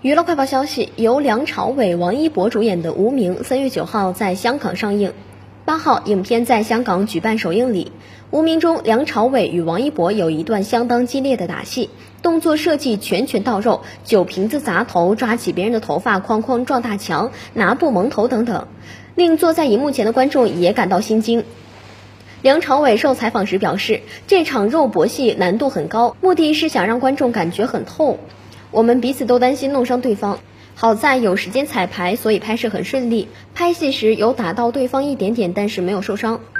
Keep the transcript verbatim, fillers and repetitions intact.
娱乐快报消息，由梁朝伟、王一博主演的《无名》三月九号在香港上映。八号，影片在香港举办首映礼。《无名》中，梁朝伟与王一博有一段相当激烈的打戏，动作设计拳拳到肉，酒瓶子砸头，抓起别人的头发哐哐撞大墙，拿布蒙头等等，令坐在荧幕前的观众也感到心惊。梁朝伟受采访时表示，这场肉搏戏难度很高，目的是想让观众感觉很透。我们彼此都担心弄伤对方，好在有时间彩排，所以拍摄很顺利。拍戏时有打到对方一点点，但是没有受伤。